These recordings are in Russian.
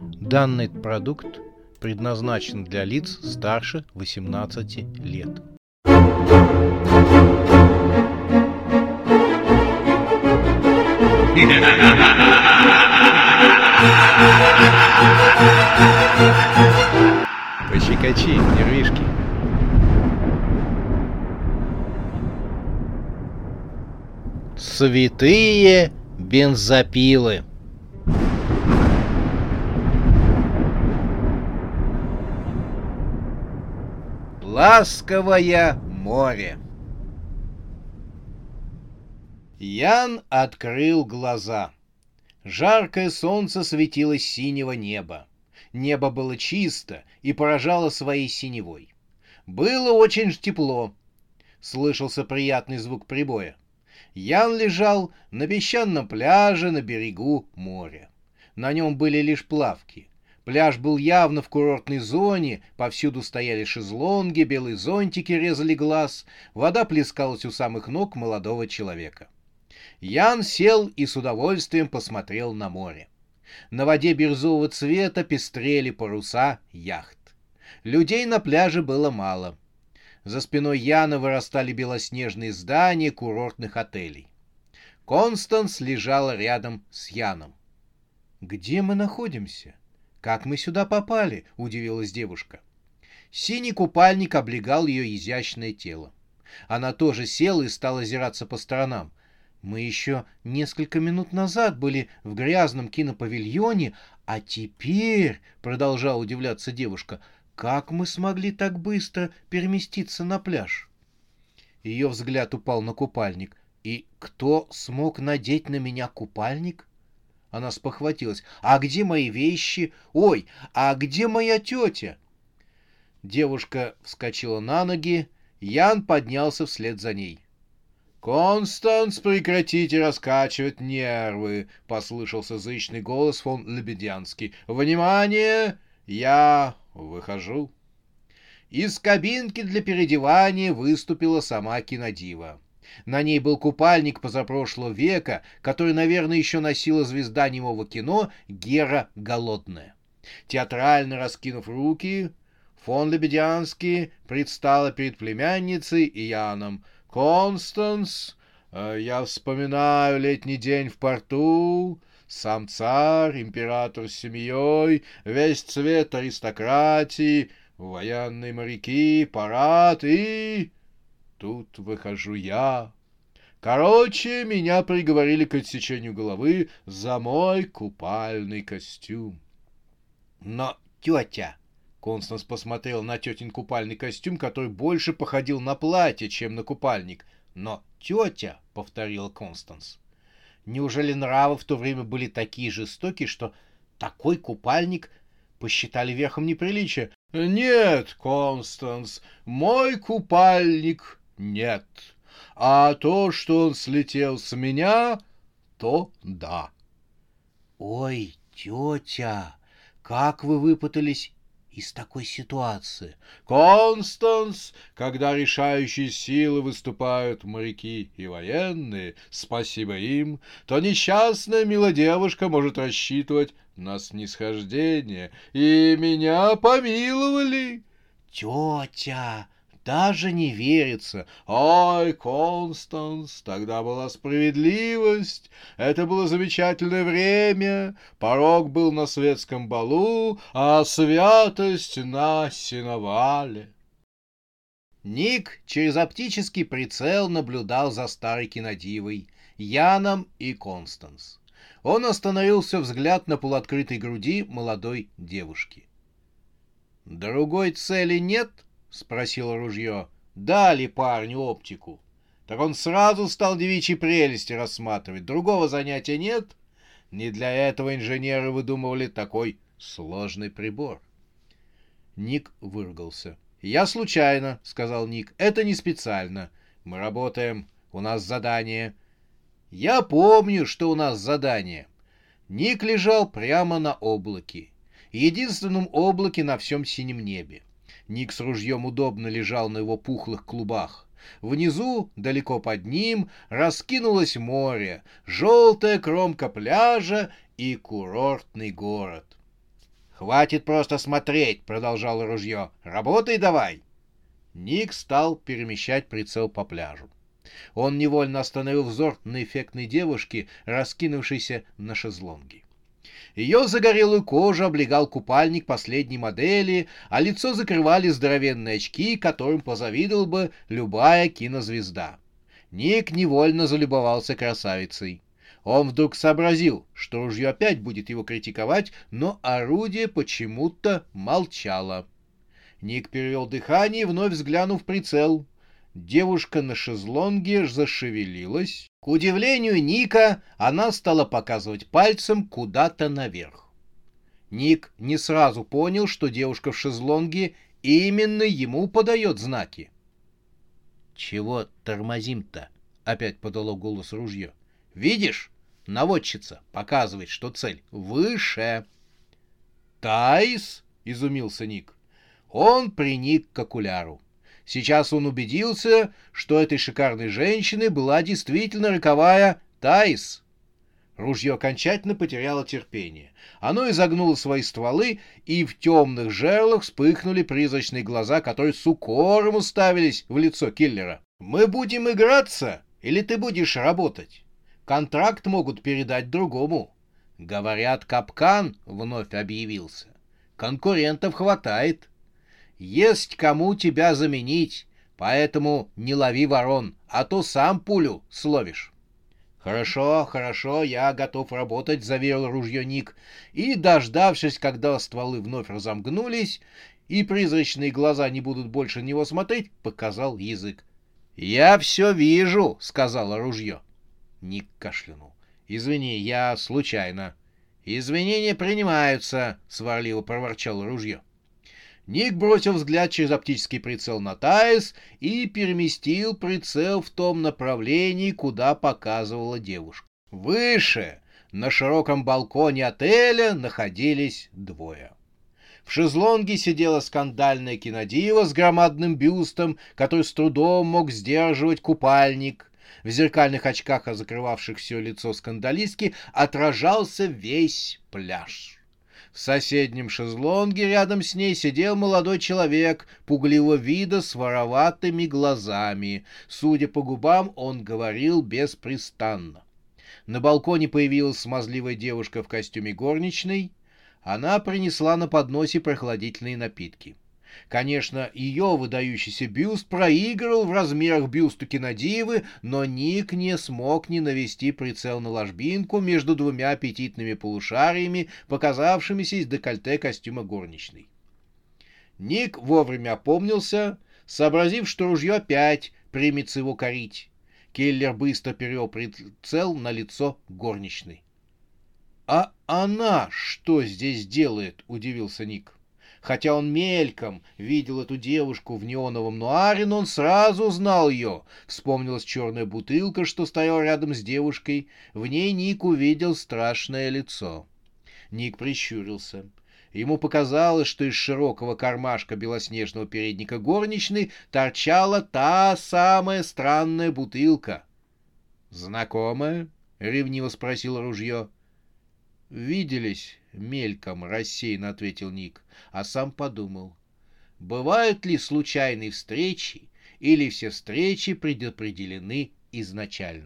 Данный продукт предназначен для лиц старше 18 лет. Пощекочи, нервишки. Святые бензопилы. Ласковое море. Ян открыл глаза. Жаркое солнце светило с синего неба. Небо было чисто и поражало своей синевой. Было очень тепло. Слышался приятный звук прибоя. Ян лежал на песчаном пляже на берегу моря. На нем были лишь плавки. Пляж был явно в курортной зоне, повсюду стояли шезлонги, белые зонтики резали глаз, вода плескалась у самых ног молодого человека. Ян сел и с удовольствием посмотрел на море. На воде бирюзового цвета пестрели паруса яхт. Людей на пляже было мало. За спиной Яна вырастали белоснежные здания курортных отелей. Констанс лежала рядом с Яном. «Где мы находимся? Как мы сюда попали?» — удивилась девушка. Синий купальник облегал ее изящное тело. Она тоже села и стала озираться по сторонам. «Мы еще несколько минут назад были в грязном кинопавильоне, а теперь, — продолжала удивляться девушка, — как мы смогли так быстро переместиться на пляж?» Ее взгляд упал на купальник. «И кто смог надеть на меня купальник?» Она спохватилась. «А где мои вещи? Ой, а где моя тетя?» Девушка вскочила на ноги. Ян поднялся вслед за ней. «Констанс, прекратите раскачивать нервы!» — послышался зычный голос фон Лебедянский. «Внимание! Я выхожу!» Из кабинки для переодевания выступила сама кинодива. На ней был купальник позапрошлого века, который, наверное, еще носила звезда немого кино Гера Голодная. Театрально раскинув руки, фон Лебедянский предстала перед племянницей и Яном. «Констанс, я вспоминаю летний день в порту, сам царь, император с семьей, весь цвет аристократии, военные моряки, парад и... Тут выхожу я. Короче, меня приговорили к отсечению головы за мой купальный костюм». «Но, тетя...» Констанс посмотрел на тетин купальный костюм, который больше походил на платье, чем на купальник. «Но, тетя...» — повторила Констанс. Неужели нравы в то время были такие жестокие, что такой купальник посчитали верхом неприличия? «Нет, Констанс, мой купальник нет. А то, что он слетел с меня, то да». «Ой, тетя, как вы выпутались из такой ситуации?» «Констанс, когда решающие силы выступают моряки и военные, спасибо им, то несчастная милая девушка может рассчитывать на снисхождение, и меня помиловали». «Тетя, даже не верится». «Ой, Констанс, тогда была справедливость. Это было замечательное время. Порок был на светском балу, а святость на сеновале». Ник через оптический прицел наблюдал за старой кинодивой, Яном и Констанс. Он остановился взгляд на полуоткрытой груди молодой девушки. «Другой цели нет?» — спросило ружье. «Дали парню оптику. Так он сразу стал девичьи прелести рассматривать. Другого занятия нет? Не для этого инженеры выдумывали такой сложный прибор». Ник выругался. «Я случайно», — сказал Ник. «Это не специально. Мы работаем. У нас задание». «Я помню, что у нас задание». Ник лежал прямо на облаке. Единственном облаке на всем синем небе. Ник с ружьем удобно лежал на его пухлых клубах. Внизу, далеко под ним, раскинулось море, желтая кромка пляжа и курортный город. «Хватит просто смотреть», — продолжало ружье. «Работай давай». Ник стал перемещать прицел по пляжу. Он невольно остановил взор на эффектной девушке, раскинувшейся на шезлонге. Ее загорелую кожу облегал купальник последней модели, а лицо закрывали здоровенные очки, которым позавидовала бы любая кинозвезда. Ник невольно залюбовался красавицей. Он вдруг сообразил, что ружье опять будет его критиковать, но орудие почему-то молчало. Ник перевел дыхание и вновь взглянув в прицел. Девушка на шезлонге зашевелилась. К удивлению Ника, она стала показывать пальцем куда-то наверх. Ник не сразу понял, что девушка в шезлонге именно ему подает знаки. «Чего тормозим-то?» — опять подало голос ружье. «Видишь? Наводчица показывает, что цель выше». «Тайс?» — изумился Ник. Он приник к окуляру. Сейчас он убедился, что этой шикарной женщиной была действительно роковая Тайс. Ружье окончательно потеряло терпение. Оно изогнуло свои стволы, и в темных жерлах вспыхнули призрачные глаза, которые с укором уставились в лицо киллера. «Мы будем играться, или ты будешь работать? Контракт могут передать другому». Говорят, капкан вновь объявился. Конкурентов хватает. Есть кому тебя заменить, поэтому не лови ворон, а то сам пулю словишь. «Хорошо, хорошо, я готов работать», — заверил ружье Ник, и, дождавшись, когда стволы вновь разомкнулись и призрачные глаза не будут больше на него смотреть, показал язык. «Я все вижу», — сказала ружье. Ник кашлянул. «Извини, я случайно». «Извинения принимаются», — сварливо проворчал ружье. Ник бросил взгляд через оптический прицел на Тайс и переместил прицел в том направлении, куда показывала девушка. Выше, на широком балконе отеля, находились двое. В шезлонге сидела скандальная кинодива с громадным бюстом, который с трудом мог сдерживать купальник. В зеркальных очках, закрывавших все лицо скандалистки, отражался весь пляж. В соседнем шезлонге рядом с ней сидел молодой человек пугливого вида с вороватыми глазами. Судя по губам, он говорил беспрестанно. На балконе появилась смазливая девушка в костюме горничной. Она принесла на подносе прохладительные напитки. Конечно, ее выдающийся бюст проигрывал в размерах бюсту кинодивы, но Ник не смог не навести прицел на ложбинку между двумя аппетитными полушариями, показавшимися из декольте костюма горничной. Ник вовремя опомнился, сообразив, что ружье опять примется его корить. Киллер быстро перевел прицел на лицо горничной. «А она что здесь делает?» — удивился Ник. Хотя он мельком видел эту девушку в неоновом нуаре, но он сразу узнал ее. Вспомнилась черная бутылка, что стояла рядом с девушкой. В ней Ник увидел страшное лицо. Ник прищурился. Ему показалось, что из широкого кармашка белоснежного передника горничной торчала та самая странная бутылка. «Знакомая?» — ревниво спросил ружье. «Виделись мельком», — рассеянно ответил Ник, а сам подумал. Бывают ли случайные встречи, или все встречи предопределены изначально?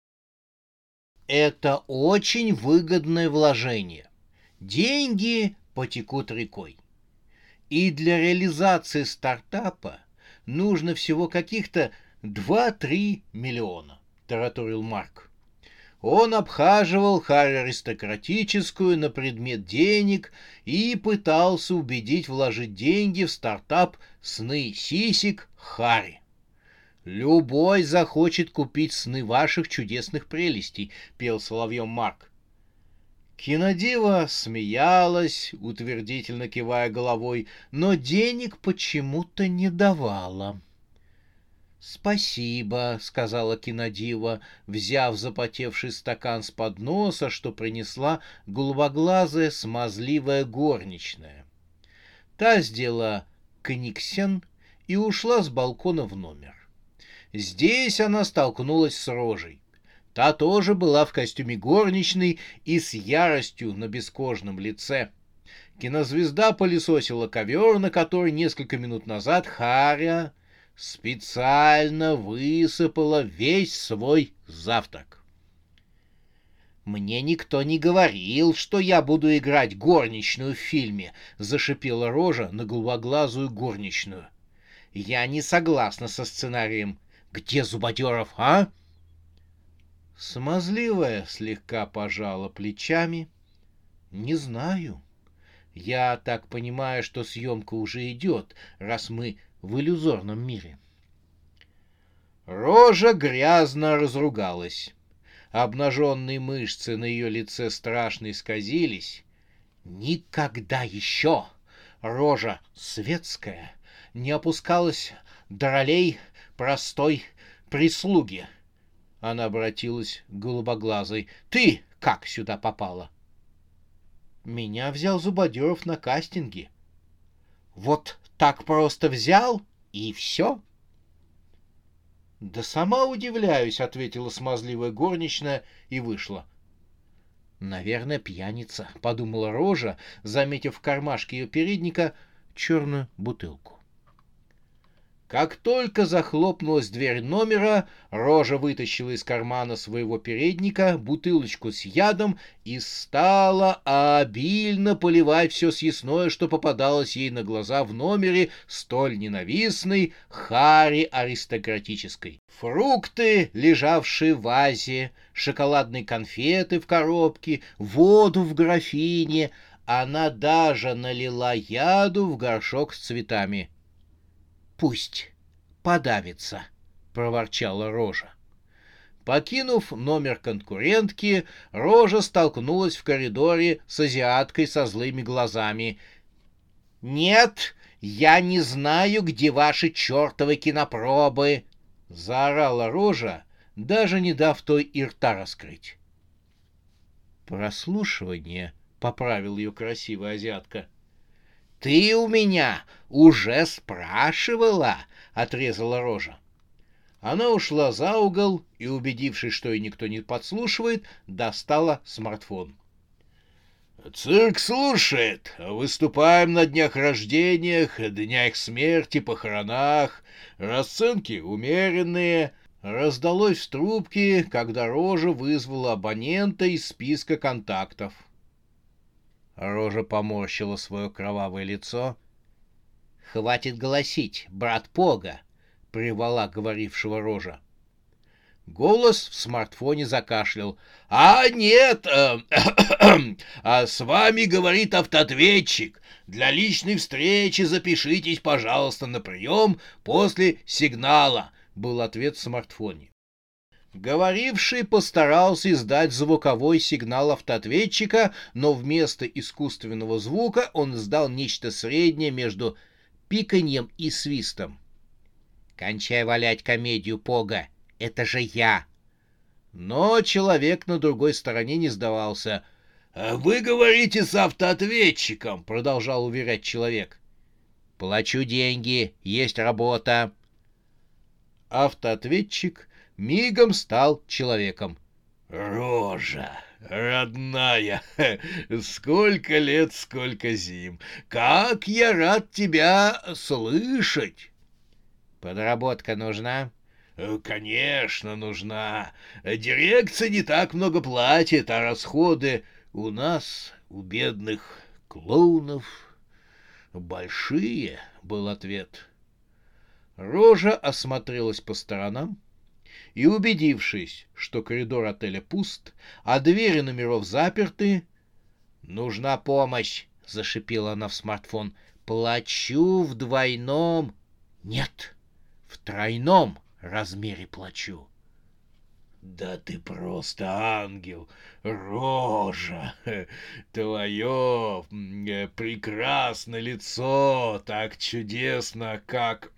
Это очень выгодное вложение. Деньги потекут рекой. И для реализации стартапа нужно всего каких-то 2-3 миллиона, тараторил Марк. Он обхаживал Харри аристократическую на предмет денег и пытался убедить вложить деньги в стартап «Сны сисек» Харри. «Любой захочет купить сны ваших чудесных прелестей», — пел соловьем Марк. Кинодива смеялась, утвердительно кивая головой, но денег почему-то не давала. «Спасибо», — сказала кинодива, взяв запотевший стакан с подноса, что принесла голубоглазая смазливая горничная. Та сделала книксен и ушла с балкона в номер. Здесь она столкнулась с Рожей. Та тоже была в костюме горничной и с яростью на бескожном лице. Кинозвезда пылесосила ковер, на который несколько минут назад Харя специально высыпала весь свой завтрак. «Мне никто не говорил, что я буду играть горничную в фильме», — зашипела Рожа на голубоглазую горничную. «Я не согласна со сценарием. Где Зубодеров, а?» Смазливая слегка пожала плечами. «Не знаю. Я так понимаю, что съемка уже идет, раз мы в иллюзорном мире». Рожа грязно разругалась. Обнаженные мышцы на ее лице страшно исказились. Никогда еще Рожа светская не опускалась до ролей простой прислуги. Она обратилась к голубоглазой. «Ты как сюда попала?» «Меня взял Зубодеров на кастинге». «Вот так просто взял и все?» «Да сама удивляюсь», — ответила смазливая горничная и вышла. «Наверное, пьяница», — подумала Рожа, заметив в кармашке ее передника черную бутылку. Как только захлопнулась дверь номера, Рожа вытащила из кармана своего передника бутылочку с ядом и стала обильно поливать все съестное, что попадалось ей на глаза в номере столь ненавистной Хари аристократической. Фрукты, лежавшие в вазе, шоколадные конфеты в коробке, воду в графине. Она даже налила яду в горшок с цветами. «Пусть подавится», — проворчала Рожа. Покинув номер конкурентки, Рожа столкнулась в коридоре с азиаткой со злыми глазами. «Нет, я не знаю, где ваши чертовы кинопробы!» — заорала Рожа, даже не дав той и рта раскрыть. «Прослушивание», — поправил ее красивая азиатка. «Ты у меня уже спрашивала», — отрезала Рожа. Она ушла за угол и, убедившись, что ей никто не подслушивает, достала смартфон. «Цирк слушает. Выступаем на днях рождениях, днях смерти, похоронах. Расценки умеренные». Раздалось в трубке, когда Рожа вызвала абонента из списка контактов. Рожа поморщила свое кровавое лицо. «Хватит голосить, брат Пога!» — прервала говорившего Рожа. Голос в смартфоне закашлял. «А нет, с вами говорит автоответчик. Для личной встречи запишитесь, пожалуйста, на прием после сигнала», — был ответ в смартфоне. Говоривший постарался издать звуковой сигнал автоответчика, но вместо искусственного звука он издал нечто среднее между пиканьем и свистом. «Кончай валять комедию, Пога, это же я!» Но человек на другой стороне не сдавался. «Вы говорите с автоответчиком», — продолжал уверять человек. «Плачу деньги, есть работа». Автоответчик мигом стал человеком. «Рожа, родная, сколько лет, сколько зим! Как я рад тебя слышать!» «Подработка нужна?» «Конечно, нужна. Дирекция не так много платит, а расходы у нас, у бедных клоунов, большие», — был ответ. Рожа осмотрелась по сторонам и, убедившись, что коридор отеля пуст, а двери номеров заперты... «Нужна помощь!» — зашипела она в смартфон. «Плачу в двойном...» «Нет, в тройном размере плачу». «Да ты просто ангел, Рожа! Твое прекрасное лицо так чудесно, как...»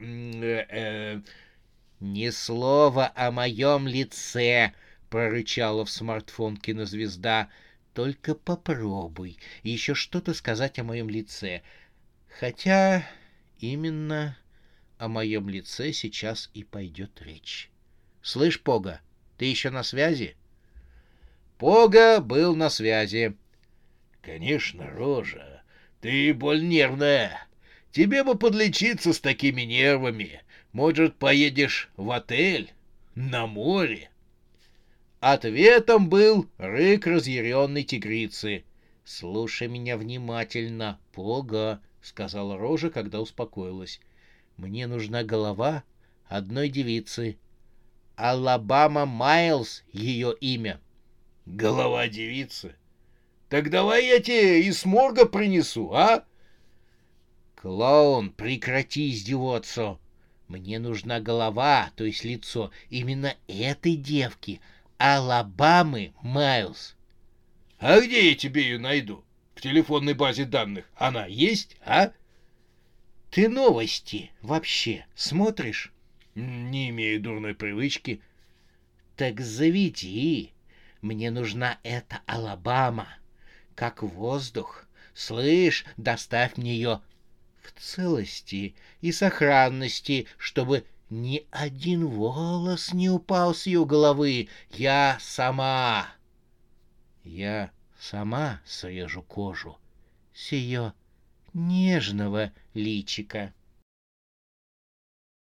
«Ни слова о моем лице!» — прорычала в смартфон кинозвезда. «Только попробуй еще что-то сказать о моем лице. Хотя именно о моем лице сейчас и пойдет речь. Слышь, Пога, ты еще на связи?» Пога был на связи. «Конечно, Рожа, Ты боль нервная. Тебе бы подлечиться с такими нервами. Может, поедешь в отель? На море?» Ответом был рык разъяренной тигрицы. «Слушай меня внимательно, Пого», — сказала Рожа, когда успокоилась. «Мне нужна голова одной девицы. Алабама Майлз ее имя». «Голова девицы? Так давай я тебе из морга принесу, а?» «Клоун, прекрати издеваться. Мне нужна голова, то есть лицо, именно этой девки, Алабамы Майлз». «А где я тебе ее найду? В телефонной базе данных она есть, а?» «Ты новости вообще смотришь?» «Не имею дурной привычки». «Так заведи. Мне нужна эта Алабама. Как воздух. Слышь, доставь мне ее в целости и сохранности, чтобы ни один волос не упал с ее головы. Я сама срежу кожу с ее нежного личика».